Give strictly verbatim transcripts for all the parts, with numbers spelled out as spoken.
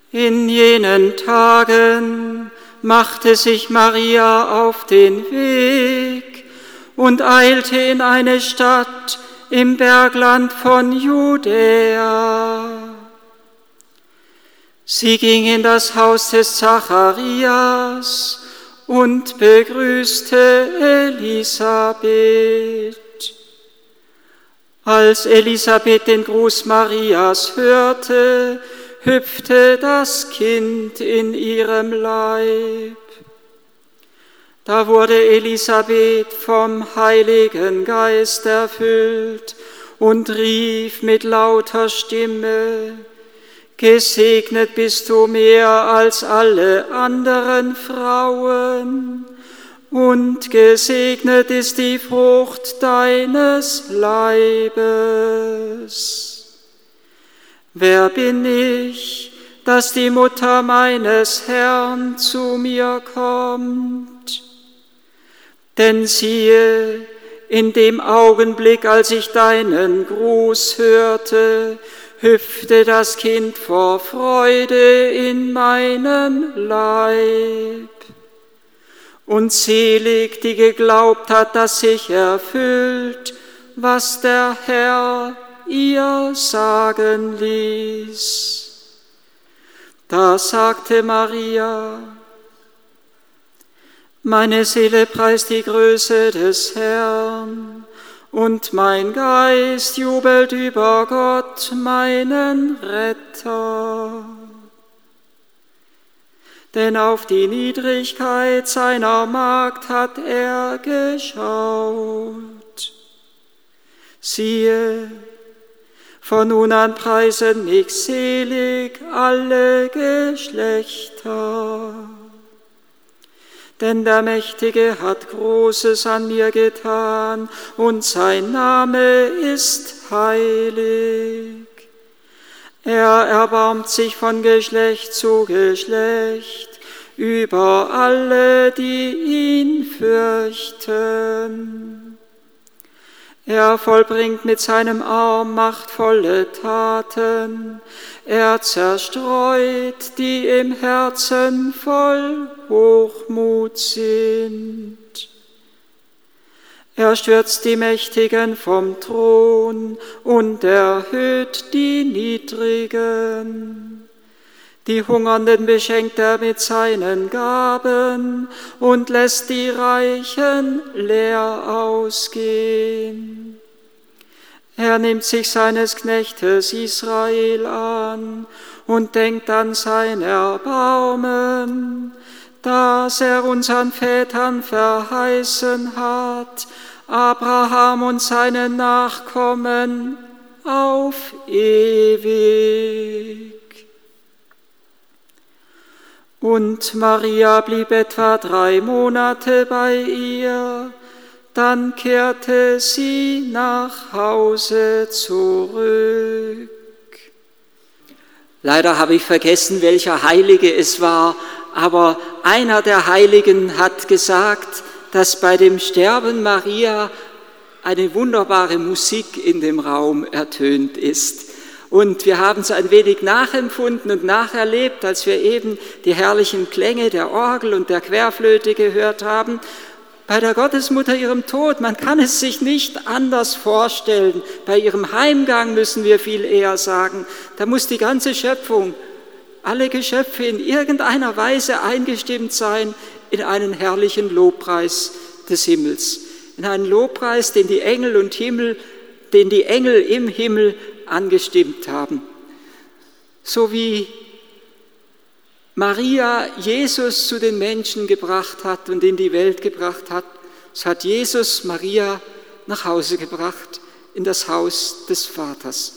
In jenen Tagen machte sich Maria auf den Weg und eilte in eine Stadt im Bergland von Judäa. Sie ging in das Haus des Zacharias und begrüßte Elisabeth. Als Elisabeth den Gruß Marias hörte, hüpfte das Kind in ihrem Leib. Da wurde Elisabeth vom Heiligen Geist erfüllt und rief mit lauter Stimme: Gesegnet bist du mehr als alle anderen Frauen, und gesegnet ist die Frucht deines Leibes. Wer bin ich, dass die Mutter meines Herrn zu mir kommt? Denn siehe, in dem Augenblick, als ich deinen Gruß hörte, hüpfte das Kind vor Freude in meinem Leib. Und selig, die geglaubt hat, dass sich erfüllt, was der Herr ihr sagen ließ. Da sagte Maria: Meine Seele preist die Größe des Herrn, und mein Geist jubelt über Gott, meinen Retter. Denn auf die Niedrigkeit seiner Magd hat er geschaut. Siehe, von nun an preisen mich selig alle Geschlechter. Denn der Mächtige hat Großes an mir getan, und sein Name ist heilig. Er erbarmt sich von Geschlecht zu Geschlecht über alle, die ihn fürchten. Er vollbringt mit seinem Arm machtvolle Taten. Er zerstreut, die im Herzen voll Hochmut sind. Er stürzt die Mächtigen vom Thron und erhöht die Niedrigen. Die Hungernden beschenkt er mit seinen Gaben und lässt die Reichen leer ausgehen. Er nimmt sich seines Knechtes Israel an und denkt an sein Erbarmen, das er unseren Vätern verheißen hat, Abraham und seinen Nachkommen auf ewig. Und Maria blieb etwa drei Monate bei ihr, dann kehrte sie nach Hause zurück. Leider habe ich vergessen, welcher Heilige es war, aber einer der Heiligen hat gesagt, dass bei dem Sterben Maria eine wunderbare Musik in dem Raum ertönt ist. Und wir haben es ein wenig nachempfunden und nacherlebt, als wir eben die herrlichen Klänge der Orgel und der Querflöte gehört haben. Bei der Gottesmutter, ihrem Tod, man kann es sich nicht anders vorstellen. Bei ihrem Heimgang müssen wir viel eher sagen, da muss die ganze Schöpfung, alle Geschöpfe in irgendeiner Weise eingestimmt sein in einen herrlichen Lobpreis des Himmels. In einen Lobpreis, den die Engel und Himmel, den die Engel im Himmel angestimmt haben. So wie Maria Jesus zu den Menschen gebracht hat und in die Welt gebracht hat, so hat Jesus Maria nach Hause gebracht, in das Haus des Vaters.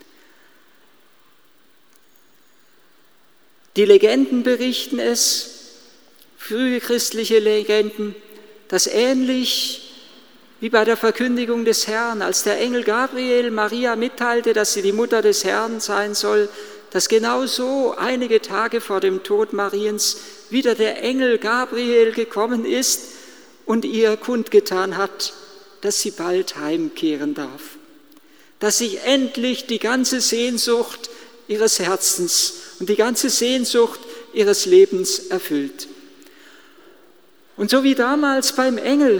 Die Legenden berichten es, frühe christliche Legenden, dass ähnlich wie bei der Verkündigung des Herrn, als der Engel Gabriel Maria mitteilte, dass sie die Mutter des Herrn sein soll, dass genau so einige Tage vor dem Tod Mariens wieder der Engel Gabriel gekommen ist und ihr kundgetan hat, dass sie bald heimkehren darf, dass sich endlich die ganze Sehnsucht ihres Herzens und die ganze Sehnsucht ihres Lebens erfüllt. Und so wie damals beim Engel,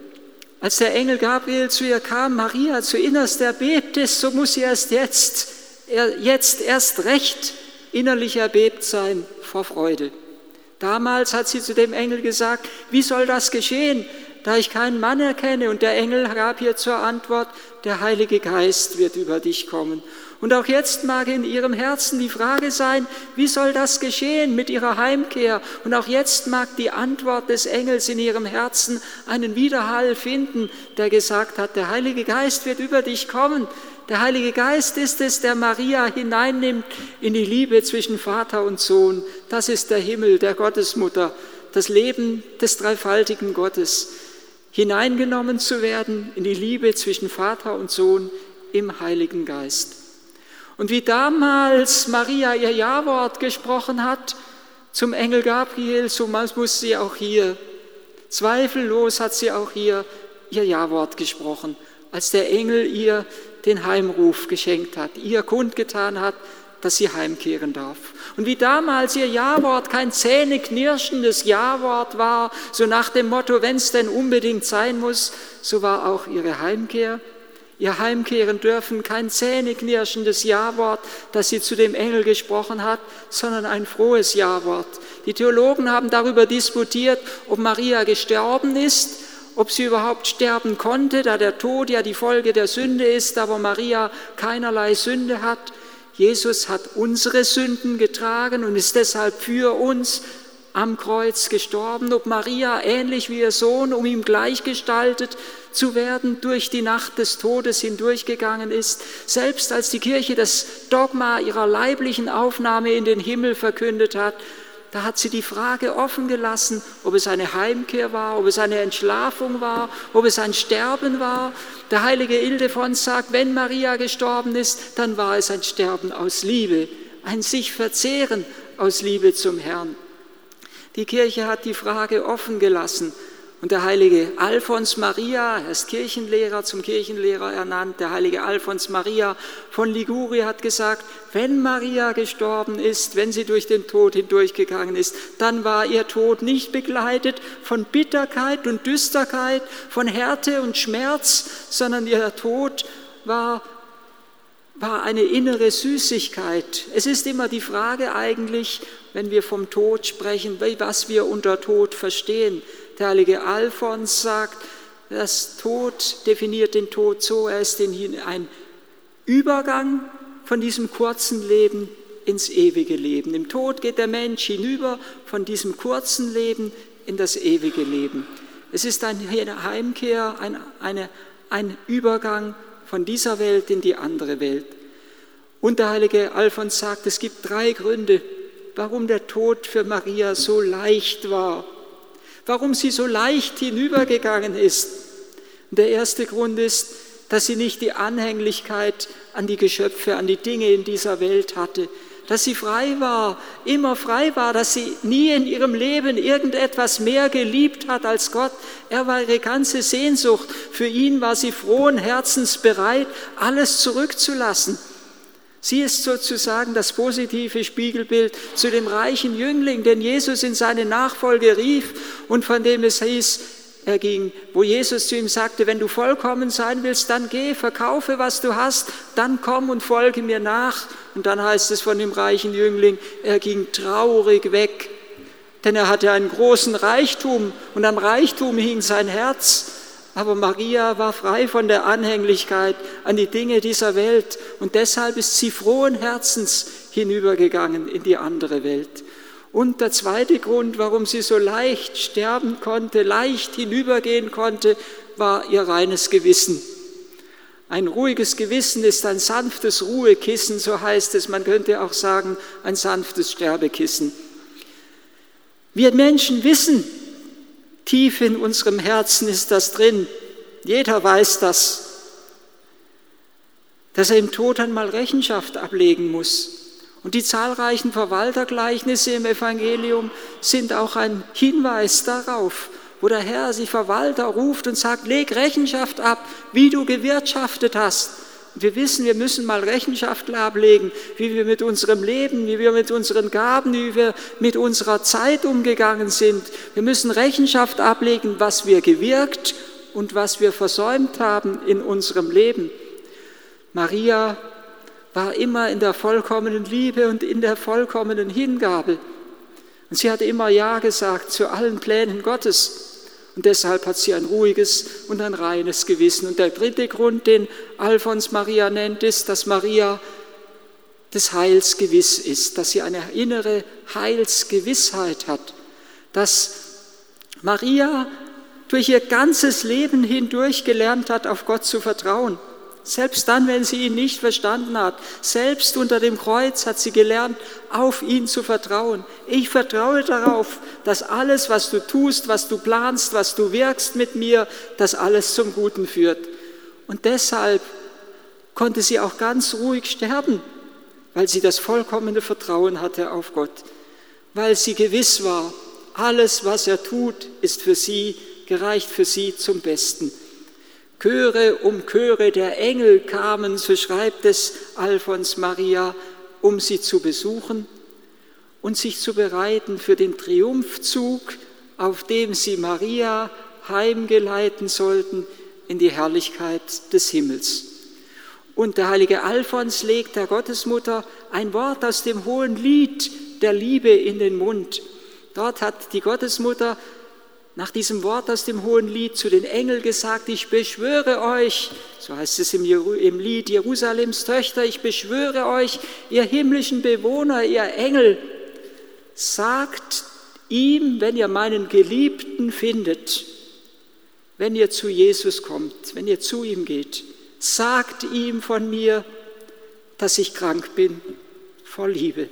als der Engel Gabriel zu ihr kam, Maria zu innerst erbebt ist, so muss sie erst jetzt, jetzt erst recht innerlich erbebt sein vor Freude. Damals hat sie zu dem Engel gesagt, wie soll das geschehen, da ich keinen Mann erkenne? Und der Engel gab ihr zur Antwort, der Heilige Geist wird über dich kommen. Und auch jetzt mag in ihrem Herzen die Frage sein, wie soll das geschehen mit ihrer Heimkehr? Und auch jetzt mag die Antwort des Engels in ihrem Herzen einen Widerhall finden, der gesagt hat, der Heilige Geist wird über dich kommen. Der Heilige Geist ist es, der Maria hineinnimmt in die Liebe zwischen Vater und Sohn. Das ist der Himmel, der Gottesmutter, das Leben des dreifaltigen Gottes. Hineingenommen zu werden in die Liebe zwischen Vater und Sohn im Heiligen Geist. Und wie damals Maria ihr Ja-Wort gesprochen hat zum Engel Gabriel, so muss sie auch hier, zweifellos hat sie auch hier ihr Ja-Wort gesprochen, als der Engel ihr den Heimruf geschenkt hat, ihr kundgetan hat, dass sie heimkehren darf. Und wie damals ihr Ja-Wort kein zähneknirschendes Ja-Wort war, so nach dem Motto, wenn es denn unbedingt sein muss, so war auch ihre Heimkehr. Ihr Heimkehren dürfen kein zähneknirschendes Ja-Wort, das sie zu dem Engel gesprochen hat, sondern ein frohes Ja-Wort. Die Theologen haben darüber disputiert, ob Maria gestorben ist, ob sie überhaupt sterben konnte, da der Tod ja die Folge der Sünde ist, aber Maria keinerlei Sünde hat. Jesus hat unsere Sünden getragen und ist deshalb für uns am Kreuz gestorben. Ob Maria, ähnlich wie ihr Sohn, um ihm gleichgestaltet zu werden, durch die Nacht des Todes hindurchgegangen ist. Selbst als die Kirche das Dogma ihrer leiblichen Aufnahme in den Himmel verkündet hat, da hat sie die Frage offen gelassen, ob es eine Heimkehr war, ob es eine Entschlafung war, ob es ein Sterben war. Der heilige Ildefons sagt, wenn Maria gestorben ist, dann war es ein Sterben aus Liebe, ein sich verzehren aus Liebe zum Herrn. Die Kirche hat die Frage offen gelassen. Und der heilige Alfons Maria, er ist Kirchenlehrer, zum Kirchenlehrer ernannt, der heilige Alfons Maria von Ligurien hat gesagt, wenn Maria gestorben ist, wenn sie durch den Tod hindurchgegangen ist, dann war ihr Tod nicht begleitet von Bitterkeit und Düsterkeit, von Härte und Schmerz, sondern ihr Tod war, war eine innere Süßigkeit. Es ist immer die Frage eigentlich, wenn wir vom Tod sprechen, was wir unter Tod verstehen. Der heilige Alfons sagt, das Tod definiert den Tod so, er ist ein Übergang von diesem kurzen Leben ins ewige Leben. Im Tod geht der Mensch hinüber von diesem kurzen Leben in das ewige Leben. Es ist eine Heimkehr, ein, eine, ein Übergang von dieser Welt in die andere Welt. Und der heilige Alfons sagt, es gibt drei Gründe, warum der Tod für Maria so leicht war. Warum sie so leicht hinübergegangen ist. Und der erste Grund ist, dass sie nicht die Anhänglichkeit an die Geschöpfe, an die Dinge in dieser Welt hatte. Dass sie frei war, immer frei war, dass sie nie in ihrem Leben irgendetwas mehr geliebt hat als Gott. Er war ihre ganze Sehnsucht. Für ihn war sie frohen Herzens bereit, alles zurückzulassen. Sie ist sozusagen das positive Spiegelbild zu dem reichen Jüngling, den Jesus in seine Nachfolge rief und von dem es hieß, er ging, wo Jesus zu ihm sagte, wenn du vollkommen sein willst, dann geh, verkaufe, was du hast, dann komm und folge mir nach. Und dann heißt es von dem reichen Jüngling, er ging traurig weg, denn er hatte einen großen Reichtum und am Reichtum hing sein Herz. Aber Maria war frei von der Anhänglichkeit an die Dinge dieser Welt und deshalb ist sie frohen Herzens hinübergegangen in die andere Welt. Und der zweite Grund, warum sie so leicht sterben konnte, leicht hinübergehen konnte, war ihr reines Gewissen. Ein ruhiges Gewissen ist ein sanftes Ruhekissen, so heißt es, man könnte auch sagen, ein sanftes Sterbekissen. Wir Menschen wissen, tief in unserem Herzen ist das drin. Jeder weiß das, dass er im Tod einmal Rechenschaft ablegen muss. Und die zahlreichen Verwaltergleichnisse im Evangelium sind auch ein Hinweis darauf, wo der Herr die Verwalter ruft und sagt, leg Rechenschaft ab, wie du gewirtschaftet hast. Wir wissen, wir müssen mal Rechenschaft ablegen, wie wir mit unserem Leben, wie wir mit unseren Gaben, wie wir mit unserer Zeit umgegangen sind. Wir müssen Rechenschaft ablegen, was wir gewirkt und was wir versäumt haben in unserem Leben. Maria war immer in der vollkommenen Liebe und in der vollkommenen Hingabe. Und sie hat immer Ja gesagt zu allen Plänen Gottes. Und deshalb hat sie ein ruhiges und ein reines Gewissen. Und der dritte Grund, den Alfons Maria nennt, ist, dass Maria des Heils gewiss ist, dass sie eine innere Heilsgewissheit hat, dass Maria durch ihr ganzes Leben hindurch gelernt hat, auf Gott zu vertrauen. Selbst dann, wenn sie ihn nicht verstanden hat, selbst unter dem Kreuz hat sie gelernt, auf ihn zu vertrauen. Ich vertraue darauf, dass alles, was du tust, was du planst, was du wirkst mit mir, dass alles zum Guten führt. Und deshalb konnte sie auch ganz ruhig sterben, weil sie das vollkommene Vertrauen hatte auf Gott, weil sie gewiss war, alles, was er tut, ist für sie, gereicht für sie zum Besten. Chöre um Chöre der Engel kamen, so schreibt es Alfons Maria, um sie zu besuchen und sich zu bereiten für den Triumphzug, auf dem sie Maria heimgeleiten sollten in die Herrlichkeit des Himmels. Und der heilige Alfons legt der Gottesmutter ein Wort aus dem Hohen Lied der Liebe in den Mund. Dort hat die Gottesmutter nach diesem Wort aus dem Hohen Lied zu den Engeln gesagt, ich beschwöre euch, so heißt es im, Jeru- im Lied Jerusalems Töchter, ich beschwöre euch, ihr himmlischen Bewohner, ihr Engel, sagt ihm, wenn ihr meinen Geliebten findet, wenn ihr zu Jesus kommt, wenn ihr zu ihm geht, sagt ihm von mir, dass ich krank bin vor Liebe,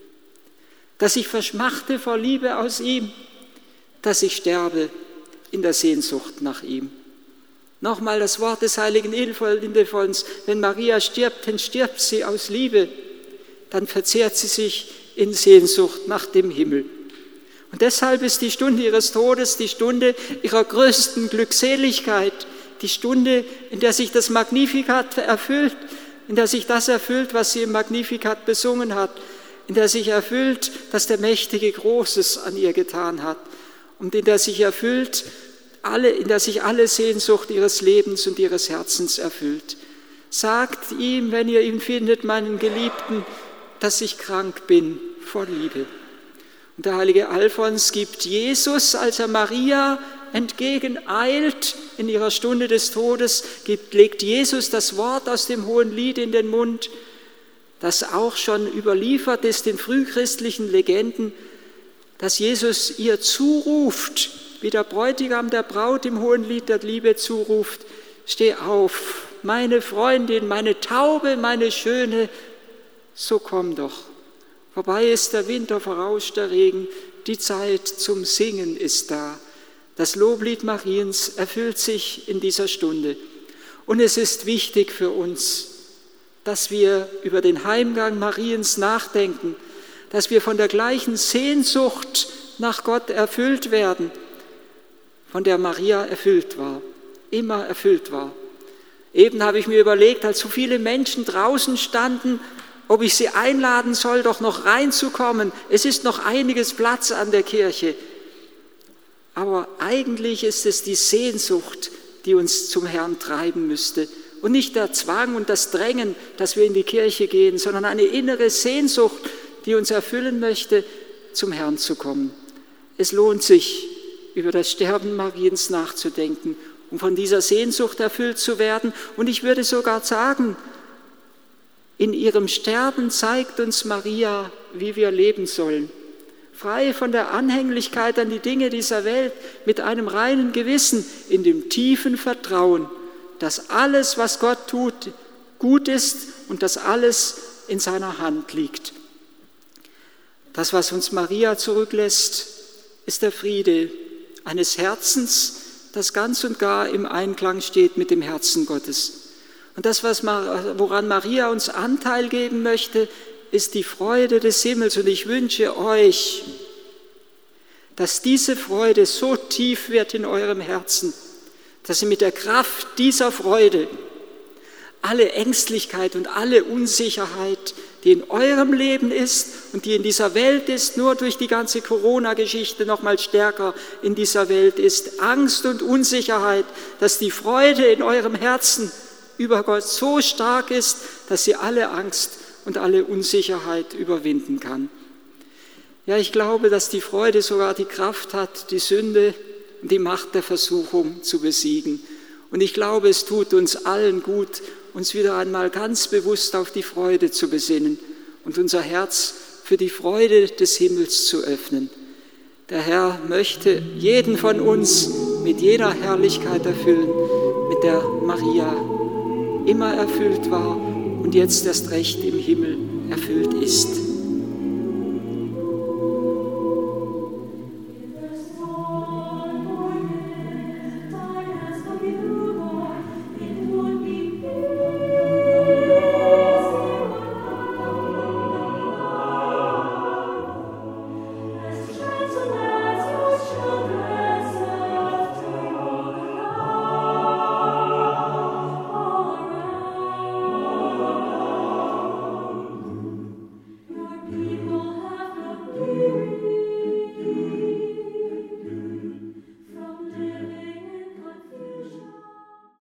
dass ich verschmachte vor Liebe aus ihm, dass ich sterbe in der Sehnsucht nach ihm. Nochmal das Wort des heiligen Ildefonds, wenn Maria stirbt, dann stirbt sie aus Liebe, dann verzehrt sie sich in Sehnsucht nach dem Himmel. Und deshalb ist die Stunde ihres Todes die Stunde ihrer größten Glückseligkeit, die Stunde, in der sich das Magnificat erfüllt, in der sich das erfüllt, was sie im Magnificat besungen hat, in der sich erfüllt, dass der Mächtige Großes an ihr getan hat. Und in der sich erfüllt, alle, in der sich alle Sehnsucht ihres Lebens und ihres Herzens erfüllt. Sagt ihm, wenn ihr ihn findet, meinen Geliebten, dass ich krank bin vor Liebe. Und der heilige Alfons gibt Jesus, als er Maria entgegeneilt in ihrer Stunde des Todes, gibt, legt Jesus das Wort aus dem Hohen Lied in den Mund, das auch schon überliefert ist in frühchristlichen Legenden, dass Jesus ihr zuruft, wie der Bräutigam der Braut im Hohen Lied der Liebe zuruft, steh auf, meine Freundin, meine Taube, meine Schöne, so komm doch. Vorbei ist der Winter, vorauscht der Regen, die Zeit zum Singen ist da. Das Loblied Mariens erfüllt sich in dieser Stunde. Und es ist wichtig für uns, dass wir über den Heimgang Mariens nachdenken, dass wir von der gleichen Sehnsucht nach Gott erfüllt werden, von der Maria erfüllt war, immer erfüllt war. Eben habe ich mir überlegt, als so viele Menschen draußen standen, ob ich sie einladen soll, doch noch reinzukommen. Es ist noch einiges Platz an der Kirche. Aber eigentlich ist es die Sehnsucht, die uns zum Herrn treiben müsste. Und nicht der Zwang und das Drängen, dass wir in die Kirche gehen, sondern eine innere Sehnsucht, die uns erfüllen möchte, zum Herrn zu kommen. Es lohnt sich, über das Sterben Mariens nachzudenken, um von dieser Sehnsucht erfüllt zu werden. Und ich würde sogar sagen, in ihrem Sterben zeigt uns Maria, wie wir leben sollen. Frei von der Anhänglichkeit an die Dinge dieser Welt, mit einem reinen Gewissen, in dem tiefen Vertrauen, dass alles, was Gott tut, gut ist und dass alles in seiner Hand liegt. Das, was uns Maria zurücklässt, ist der Friede eines Herzens, das ganz und gar im Einklang steht mit dem Herzen Gottes. Und das, was, woran Maria uns Anteil geben möchte, ist die Freude des Himmels. Und ich wünsche euch, dass diese Freude so tief wird in eurem Herzen, dass ihr mit der Kraft dieser Freude alle Ängstlichkeit und alle Unsicherheit, die in eurem Leben ist und die in dieser Welt ist, nur durch die ganze Corona-Geschichte noch mal stärker in dieser Welt ist. Angst und Unsicherheit, dass die Freude in eurem Herzen über Gott so stark ist, dass sie alle Angst und alle Unsicherheit überwinden kann. Ja, ich glaube, dass die Freude sogar die Kraft hat, die Sünde und die Macht der Versuchung zu besiegen. Und ich glaube, es tut uns allen gut, uns wieder einmal ganz bewusst auf die Freude zu besinnen und unser Herz für die Freude des Himmels zu öffnen. Der Herr möchte jeden von uns mit jener Herrlichkeit erfüllen, mit der Maria immer erfüllt war und jetzt erst recht im Himmel erfüllt ist.